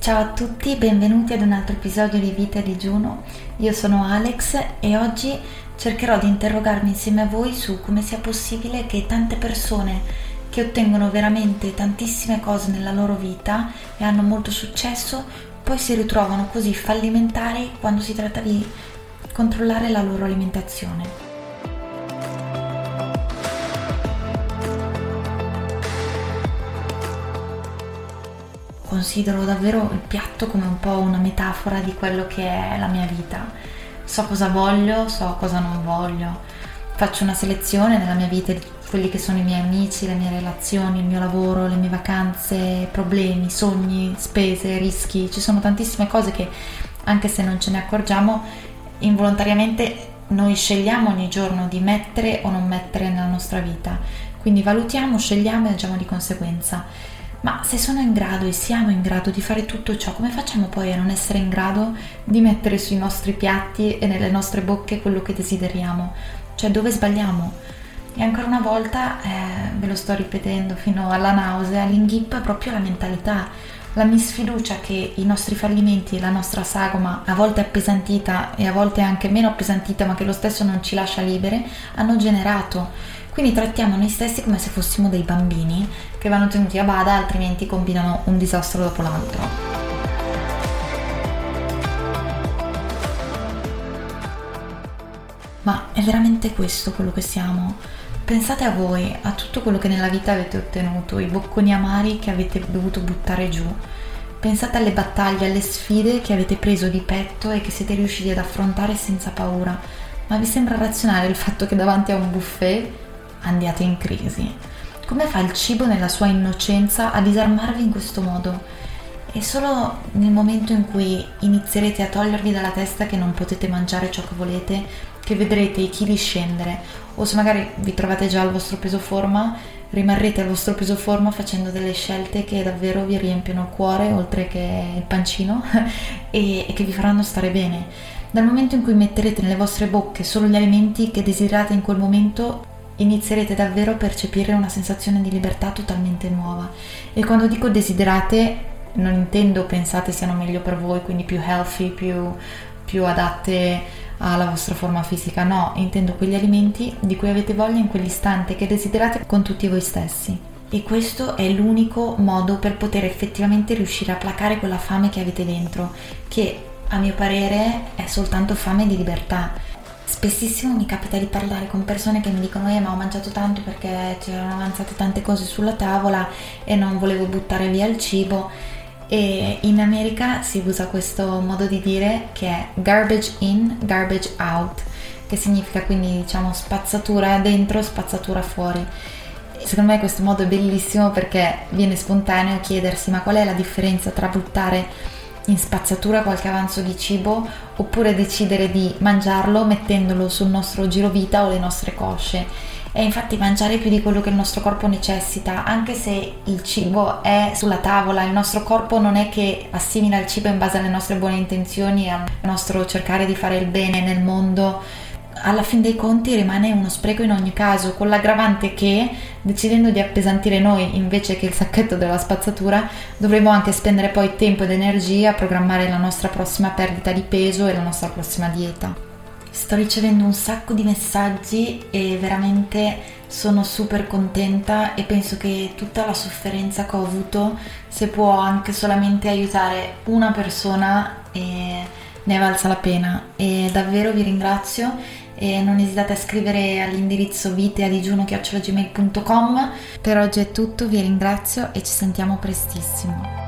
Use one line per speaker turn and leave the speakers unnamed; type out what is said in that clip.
Ciao a tutti, benvenuti ad un altro episodio di Vita a digiuno. Io sono Alex e oggi cercherò di interrogarmi insieme a voi su come sia possibile che tante persone che ottengono veramente tantissime cose nella loro vita e hanno molto successo, poi si ritrovano così fallimentari quando si tratta di controllare la loro alimentazione. Considero davvero il piatto come un po' una metafora di quello che è la mia vita. So cosa voglio, so cosa non voglio. Faccio una selezione nella mia vita di quelli che sono i miei amici, le mie relazioni, il mio lavoro, le mie vacanze, problemi, sogni, spese, rischi. Ci sono tantissime cose che, anche se non ce ne accorgiamo, involontariamente noi scegliamo ogni giorno di mettere o non mettere nella nostra vita. Quindi valutiamo, scegliamo e agiamo di conseguenza. Ma se sono in grado e siamo in grado di fare tutto ciò, come facciamo poi a non essere in grado di mettere sui nostri piatti e nelle nostre bocche quello che desideriamo? Cioè, dove sbagliamo? E ancora una volta, ve lo sto ripetendo fino alla nausea, l'inghippo è proprio la mentalità, la misfiducia che i nostri fallimenti e la nostra sagoma, a volte appesantita e a volte anche meno appesantita, ma che lo stesso non ci lascia libere, hanno generato. Quindi trattiamo noi stessi come se fossimo dei bambini che vanno tenuti a bada, altrimenti combinano un disastro dopo l'altro. Ma è veramente questo quello che siamo? Pensate a voi, a tutto quello che nella vita avete ottenuto, i bocconi amari che avete dovuto buttare giù. Pensate alle battaglie, alle sfide che avete preso di petto e che siete riusciti ad affrontare senza paura. Ma vi sembra razionale il fatto che davanti a un buffet andiate in crisi? Come fa il cibo nella sua innocenza a disarmarvi in questo modo? È solo nel momento in cui inizierete a togliervi dalla testa che non potete mangiare ciò che volete, che vedrete i chili scendere, o se magari vi trovate già al vostro peso forma, rimarrete al vostro peso forma facendo delle scelte che davvero vi riempiono il cuore oltre che il pancino e che vi faranno stare bene. Dal momento in cui metterete nelle vostre bocche solo gli alimenti che desiderate in quel momento, inizierete davvero a percepire una sensazione di libertà totalmente nuova. E quando dico desiderate, non intendo pensate siano meglio per voi, quindi più healthy, più adatte alla vostra forma fisica, no, intendo quegli alimenti di cui avete voglia in quell'istante, che desiderate con tutti voi stessi. E questo è l'unico modo per poter effettivamente riuscire a placare quella fame che avete dentro, che a mio parere è soltanto fame di libertà. Spessissimo mi capita di parlare con persone che mi dicono ma ho mangiato tanto perché c'erano avanzate tante cose sulla tavola e non volevo buttare via il cibo. E in America si usa questo modo di dire che è garbage in, garbage out, che significa quindi diciamo spazzatura dentro, spazzatura fuori. Secondo me questo modo è bellissimo perché viene spontaneo chiedersi ma qual è la differenza tra buttare in spazzatura qualche avanzo di cibo oppure decidere di mangiarlo mettendolo sul nostro girovita o le nostre cosce. E infatti mangiare più di quello che il nostro corpo necessita, anche se il cibo è sulla tavola, il nostro corpo non è che assimila il cibo in base alle nostre buone intenzioni e al nostro cercare di fare il bene nel mondo. Alla fin dei conti rimane uno spreco in ogni caso, con l'aggravante che, decidendo di appesantire noi invece che il sacchetto della spazzatura, dovremo anche spendere poi tempo ed energia a programmare la nostra prossima perdita di peso e la nostra prossima dieta. Sto ricevendo un sacco di messaggi e veramente sono super contenta e penso che tutta la sofferenza che ho avuto, se può anche solamente aiutare una persona, ne valsa la pena. E davvero vi ringrazio. E non esitate a scrivere all'indirizzo viteadigiuno@gmail.com. Per oggi è tutto, vi ringrazio e ci sentiamo prestissimo.